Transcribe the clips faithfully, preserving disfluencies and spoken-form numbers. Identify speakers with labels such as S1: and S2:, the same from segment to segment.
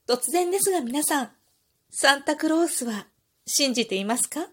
S1: 突然ですが皆さん、サンタクロースは信じていますか？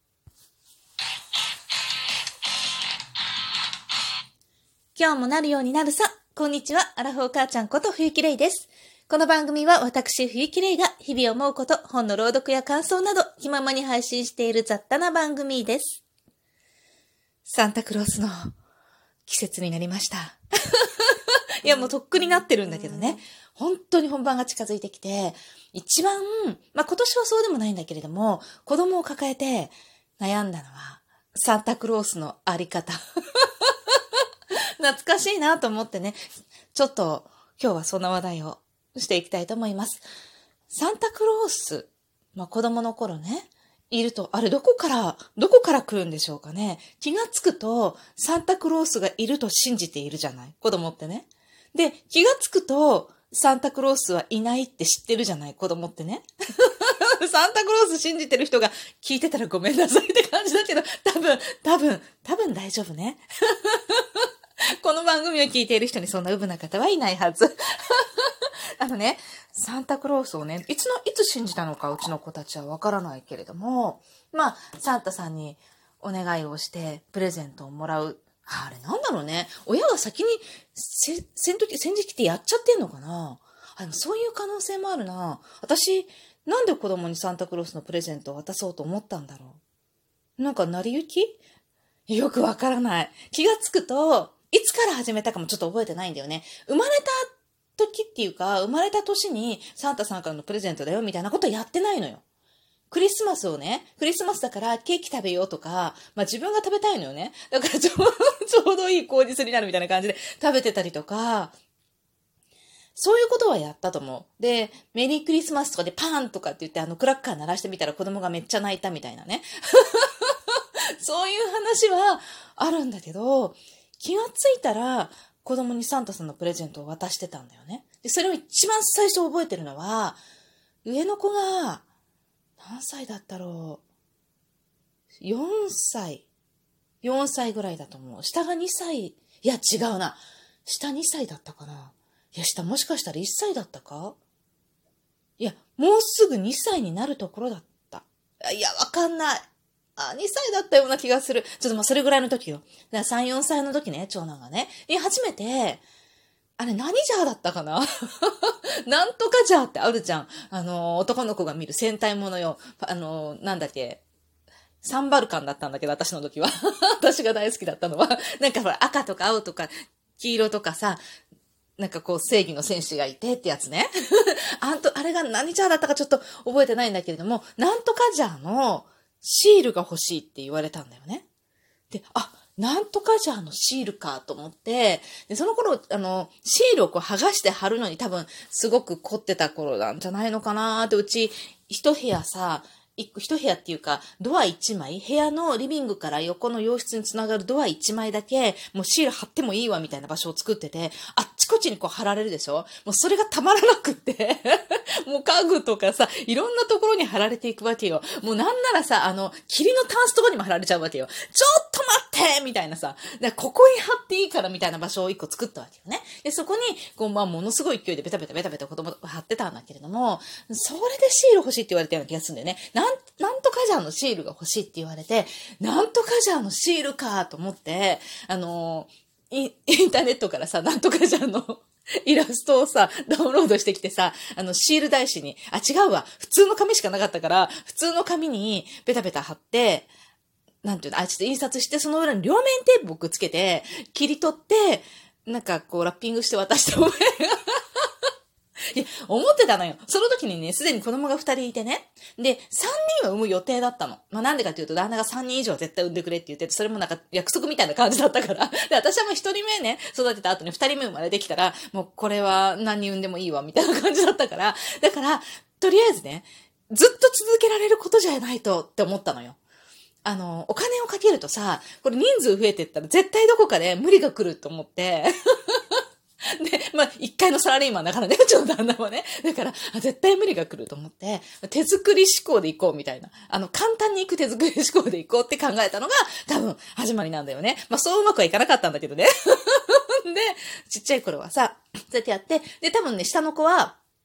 S1: 今日もなるようになるさ。こんにちは。アラフォー母ちゃんこと冬木玲です。この番組は私冬木玲が日々思うこと、本の朗読や感想など気ままに配信している雑多な番組です。サンタクロースの季節になりました。いやもうとっくになってるんだけどね。本当に本番が近づいてきて、一番、まあ今年はそうでもないんだけれども、子供を抱えて悩んだのはサンタクロースのあり方。懐かしいなと思ってね、ちょっと今日はそんな話題をしていきたいと思います。サンタクロース、まあ子供の頃ね、いると、あれどこから、どこから来るんでしょうかね。気がつくとサンタクロースがいると信じているじゃない、子供ってね。で、気がつくとサンタクロースはいないって知ってるじゃない、子供ってね。サンタクロース信じてる人が聞いてたらごめんなさいって感じだけど、多分、多分、多分大丈夫ね。この番組を聞いている人にそんなウブな方はいないはず。あのね、サンタクロースをね、いつの、いつ信じたのかうちの子たちはわからないけれども、まあ、サンタさんにお願いをしてプレゼントをもらう。あれなんだろうね。親が先にせ、先時、先時期ってやっちゃってんのかな。あの、そういう可能性もあるな。私、なんで子供にサンタクロースのプレゼントを渡そうと思ったんだろう。なんか成り行き？よくわからない。気がつくと、いつから始めたかもちょっと覚えてないんだよね。生まれた時っていうか、生まれた年にサンタさんからのプレゼントだよみたいなことやってないのよ。クリスマスをね、クリスマスだからケーキ食べようとか、まあ自分が食べたいのよね。だからちょうど、ちょうどいい口実になるみたいな感じで食べてたりとか、そういうことはやったと思う。で、メリークリスマスとかでパーンとかって言ってあのクラッカー鳴らしてみたら子供がめっちゃ泣いたみたいなね。そういう話はあるんだけど、気がついたら子供にサンタさんのプレゼントを渡してたんだよね。で、それを一番最初覚えてるのは、上の子が何歳だったろう。よんさい。よんさいぐらいだと思う。下がにさい。いや違うな。下にさいだったかな。いや下もしかしたらいっさいだったか。いや、もうすぐにさいになるところだった。いや、わかんない。あ、にさいだったような気がする。ちょっとまあそれぐらいの時よ。だからさん、よんさいの時ね、長男がね。で、初めて、あれ何ジャーだったかななんとかジャーってあるじゃん。あの、男の子が見る戦隊ものよ。あの、なんだっけ。サンバルカンだったんだけど、私の時は。私が大好きだったのは。なんかほら、赤とか青とか黄色とかさ、なんかこう正義の戦士がいてってやつね。あんと、あれが何ジャーだったかちょっと覚えてないんだけれども、なんとかジャーのシールが欲しいって言われたんだよね。で、あ、なんとかジャーのシールかと思って、で、その頃、あの、シールをこう剥がして貼るのに多分すごく凝ってた頃なんじゃないのかなーって、うち一部屋さ、一一部屋っていうか、ドア一枚、部屋のリビングから横の洋室につながるドア一枚だけ、もうシール貼ってもいいわみたいな場所を作ってて、あっちこっちにこう貼られるでしょ。もうそれがたまらなくって、もう家具とかさ、いろんなところに貼られていくわけよ。もうなんならさ、あの、霧のタンスとかにも貼られちゃうわけよ。ちょっと待ってみたいなさ、でここに貼っていいからみたいな場所を一個作ったわけよね。で、そこに、こう、まあ、ものすごい勢いでベタベタベタベタ子供が貼ってたんだけれども、それでシール欲しいって言われたような気がするんだよね。なん、なんとかジャーのシールが欲しいって言われて、なんとかジャーのシールかと思って、あのイ、インターネットからさ、なんとかジャーのイラストをさ、ダウンロードしてきてさ、あの、シール台紙に、あ、違うわ。普通の紙しかなかったから、普通の紙にベタベタ貼って、なんていうの、あ、ちょっと印刷して、その裏に両面テープをくっつけて、切り取って、なんかこう、ラッピングして渡した覚えが。いや、思ってたのよ。その時にね、すでに子供が二人いてね。で、三人は産む予定だったの。まあ、なんでかっていうと、旦那が三人以上絶対産んでくれって言ってて、それもなんか約束みたいな感じだったから。で、私はもう一人目ね、育てた後に二人目生まれてきたら、もうこれは何人産んでもいいわ、みたいな感じだったから。だから、とりあえずね、ずっと続けられることじゃないとって思ったのよ。あの、お金をかけるとさ、これ人数増えてったら絶対どこかで無理が来ると思って。で、まあ、一回のサラリーマンだからね、うちの旦那はね。だから、絶対無理が来ると思って、手作り思考で行こうみたいな。あの、簡単に行く手作り思考で行こうって考えたのが、多分、始まりなんだよね。まあ、そううまくはいかなかったんだけどね。で、ちっちゃい頃はさ、そうやってやって、で、多分ね、下の子は、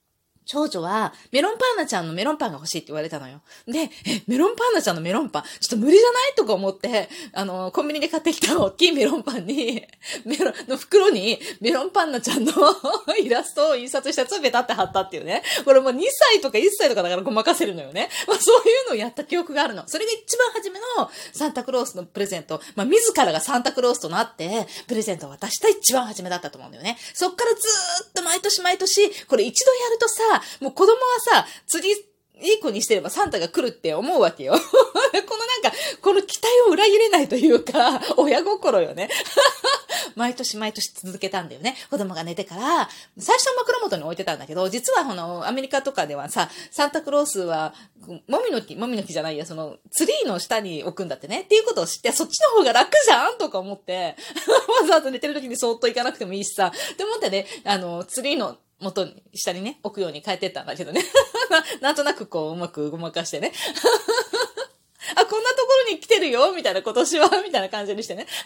S1: 長女は、メロンパンナちゃんのメロンパンが欲しいって言われたのよ。で、え、メロンパンナちゃんのメロンパン、ちょっと無理じゃないとか思って、あの、コンビニで買ってきた大きいメロンパンに、メロンの袋にメロンパンナちゃんのイラストを印刷したやつをベタって貼ったっていうね。これもうにさいとかいっさいとかだからごまかせるのよね。まあそういうのをやった記憶があるの。それが一番初めのサンタクロースのプレゼント。まあ自らがサンタクロースとなって、プレゼントを渡した一番初めだったと思うんだよね。そっからずーっと毎年毎年、これ一度やるとさ、もう子供はさ、次、いい子にしてればサンタが来るって思うわけよ。このなんか、この期待を裏切れないというか、親心よね。毎年毎年続けたんだよね。子供が寝てから、最初は枕元に置いてたんだけど、実はこのアメリカとかではさ、サンタクロースは、もみの木、もみの木じゃないや、その、ツリーの下に置くんだってね。っていうことを知って、そっちの方が楽じゃんとか思って、わざわざ寝てる時にそーっと行かなくてもいいしさ、って思ってね、あの、ツリーの元に、下にね、置くように変えてったんだけどね。なんとなくこう、うまくごまかしてね。あ、こんなところに来てるよみたいな、今年はみたいな感じにしてね。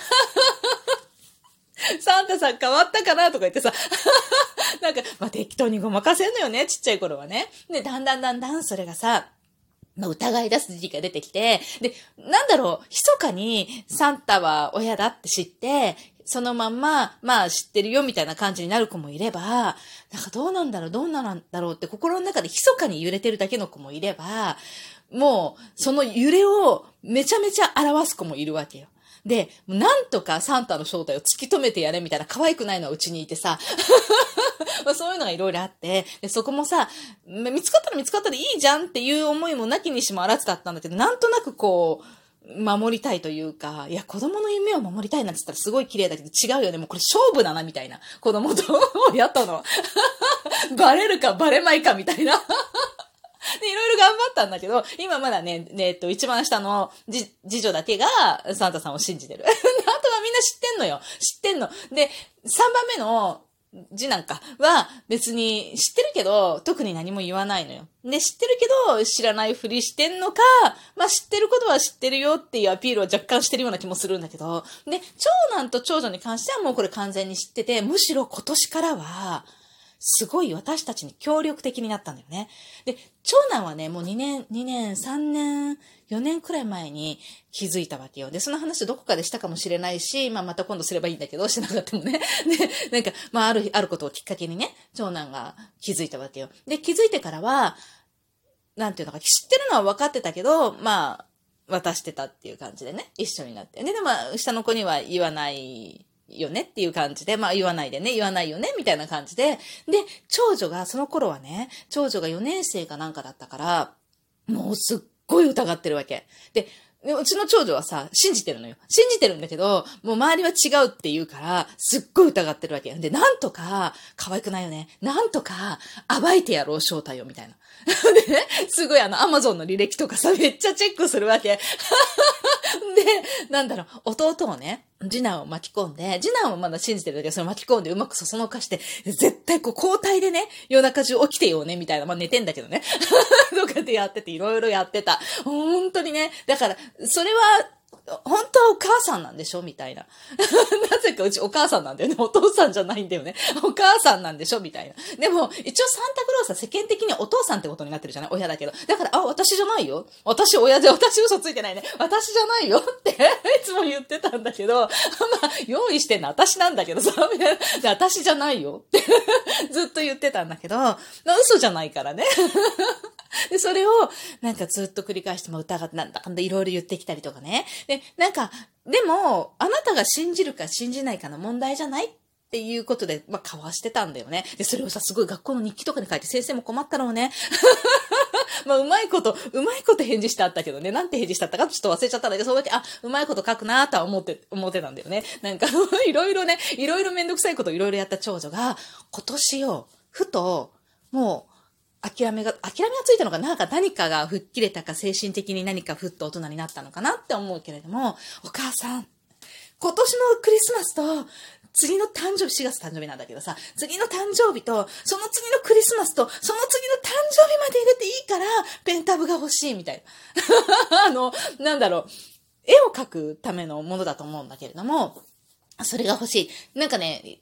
S1: サンタさん変わったかなとか言ってさ。なんか、まあ、適当にごまかせんのよね、ちっちゃい頃はね。で、だんだんだんだんそれがさ、まあ、疑い出す時期が出てきて、で、なんだろう、密かにサンタは親だって知って、そのまんま、まあ知ってるよみたいな感じになる子もいれば、なんかどうなんだろう、どうなんだろうって心の中で密かに揺れてるだけの子もいれば、もうその揺れをめちゃめちゃ表す子もいるわけよ。で、なんとかサンタの正体を突き止めてやれみたいな可愛くないのはうちにいてさ、まあそういうのがいろいろあって、で、そこもさ、見つかったら見つかったらいいじゃんっていう思いもなきにしもあらずだったんだけど、なんとなくこう、守りたいというか、いや、子供の夢を守りたいなんて言ったらすごい綺麗だけど違うよね。もうこれ勝負だな、みたいな。子供とやったの。バレるかバレまいか、みたいな。で、いろいろ頑張ったんだけど、今まだね、えっと、一番下のじ、次女だけがサンタさんを信じてる。あとはみんな知ってんのよ。知ってんの。で、さんばんめの次男かは別に知ってるけど、特に何も言わないのよ。で、知ってるけど、知らないふりしてんのか、まあ知ってることは知ってるよっていうアピールは若干してるような気もするんだけど、で、長男と長女に関してはもうこれ完全に知ってて、むしろ今年からは、すごい私たちに協力的になったんだよね。で、長男はね、もうにねん、にねん、さんねん、よねんくらい前に気づいたわけよ。で、その話どこかでしたかもしれないし、まあまた今度すればいいんだけど、してなかったもね。で、なんか、まあある、あることをきっかけにね、長男が気づいたわけよ。で、気づいてからは、なんていうのか、知ってるのは分かってたけど、まあ、渡してたっていう感じでね、一緒になって。で、でも、下の子には言わないよねっていう感じで、まあ言わないでね、言わないよね、みたいな感じで。で、長女が、その頃はね、長女がよねん生かなんかだったから、もうすっごい疑ってるわけ。で、うちの長女はさ、信じてるのよ。信じてるんだけど、もう周りは違うって言うから、すっごい疑ってるわけ。で、なんとか、可愛くないよね。なんとか、暴いてやろう、正体を、みたいな。でね、すごいあの、アマゾンの履歴とかさ、めっちゃチェックするわけ。で、なんだろう、弟をね、次男を巻き込んで、次男はまだ信じてるんだけど、それ巻き込んでうまくそそのかして、絶対こう交代でね、夜中中起きてよね、みたいな。まあ寝てんだけどね。とかってやってて、いろいろやってた。本当にね。だから、それは、本当はお母さんなんでしょみたいな。なぜかうちお母さんなんだよね。お父さんじゃないんだよね。お母さんなんでしょみたいな。でも、一応サンタクロースは世間的にはお父さんってことになってるじゃない親だけど。だから、あ、私じゃないよ。私親で、私嘘ついてないね。私じゃないよって、いつも言ってたんだけど、まあ、用意してんの私なんだけどさ、みたいな。で、私じゃないよってずっと言ってたんだけど、嘘じゃないからね。で、それを、なんかずっと繰り返しても疑って、なんだかんだいろいろ言ってきたりとかね。で、なんか、でも、あなたが信じるか信じないかの問題じゃないっていうことで、まあ、交わしてたんだよね。で、それをさ、すごい学校の日記とかに書いて先生も困ったろうね。まあ、うまいこと、うまいこと返事してあったけどね。なんて返事してあったかちょっと忘れちゃったんだけど、そうやって、あ、うまいこと書くなーとは思って、思ってたんだよね。なんか、いろいろね、いろいろめんどくさいことをいろいろやった長女が、今年を、ふと、もう、諦めが、諦めがついたのかなんか何かが吹っ切れたか精神的に何かふっと大人になったのかなって思うけれども、お母さん、今年のクリスマスと、次の誕生日、しがつ誕生日なんだけどさ、次の誕生日と、その次のクリスマスと、その次の誕生日まで入れていいから、ペンタブが欲しいみたいな。あの、なんだろう、絵を描くためのものだと思うんだけれども、それが欲しい。なんかね、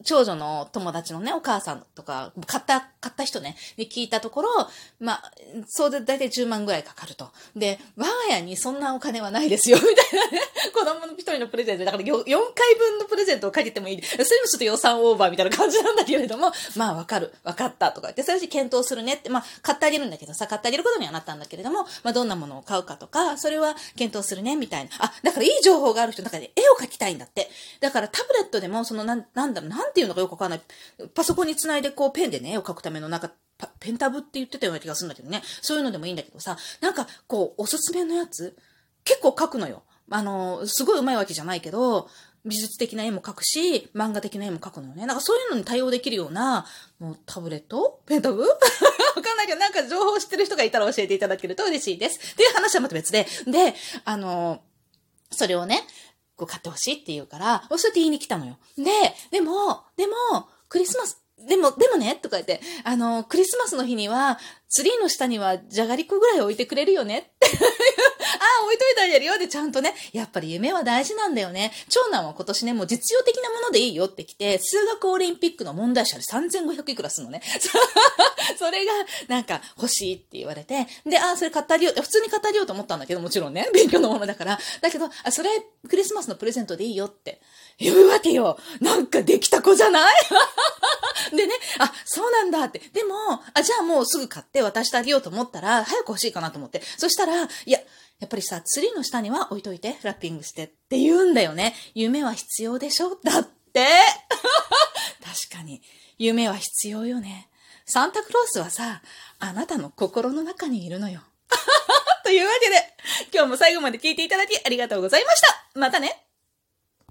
S1: 長女の友達のね、お母さんとか、買った、買った人ね、に聞いたところ、まあ、そうでだいたいじゅうまんぐらいかかると。で、我が家にそんなお金はないですよ、みたいなね。子供の一人のプレゼント。だからよんかいぶんのプレゼントをかけてもいい。それもちょっと予算オーバーみたいな感じなんだけれども、まあわかる、わかったとか言って、それで検討するねって、まあ買ってあげるんだけどさ、買ってあげることにはなったんだけれども、まあどんなものを買うかとか、それは検討するね、みたいな。あ、だからいい情報がある人の中で絵を描きたいんだって。だからタブレットでも、そのなん、なんだろう、なんていうのかよくわかんない。パソコンにつないでこうペンでね、絵を描くためのなんか、ペンタブって言ってたような気がするんだけどね。そういうのでもいいんだけどさ、なんかこう、おすすめのやつ結構描くのよ。あの、すごい上手いわけじゃないけど、美術的な絵も描くし、漫画的な絵も描くのよね。なんかそういうのに対応できるような、もうタブレットペンタブわかんないけど、なんか情報を知ってる人がいたら教えていただけると嬉しいです。っていう話はまた別で。で、あの、それをね、こう買ってほしいって言うから、そうやって言いに来たのよ。で、でも、でも、クリスマス、でも、でもね、とか言って、あの、クリスマスの日には、ツリーの下にはじゃがりこぐらい置いてくれるよねってああ、置いといてあげるよ。で、ちゃんとね、やっぱり夢は大事なんだよね。長男は今年ね、もう実用的なものでいいよって来て、数学オリンピックの問題集でさんぜんごひゃくいくらするのね。それが、なんか、欲しいって言われて、で、ああ、それ買ってあげよう。普通に買ってあげようと思ったんだけど、もちろんね、勉強のものだから。だけど、あ、それ、クリスマスのプレゼントでいいよって言うわけよ。なんかできた子じゃないでね、あ、そうなんだって。でも、あ、じゃあもうすぐ買って渡してあげようと思ったら、早く欲しいかなと思って。そしたら、いや、やっぱりさ、ツリーの下には置いといて、ラッピングしてって言うんだよね。夢は必要でしょだって。確かに、夢は必要よね。サンタクロースはさ、あなたの心の中にいるのよ。というわけで、今日も最後まで聞いていただきありがとうございました。またね。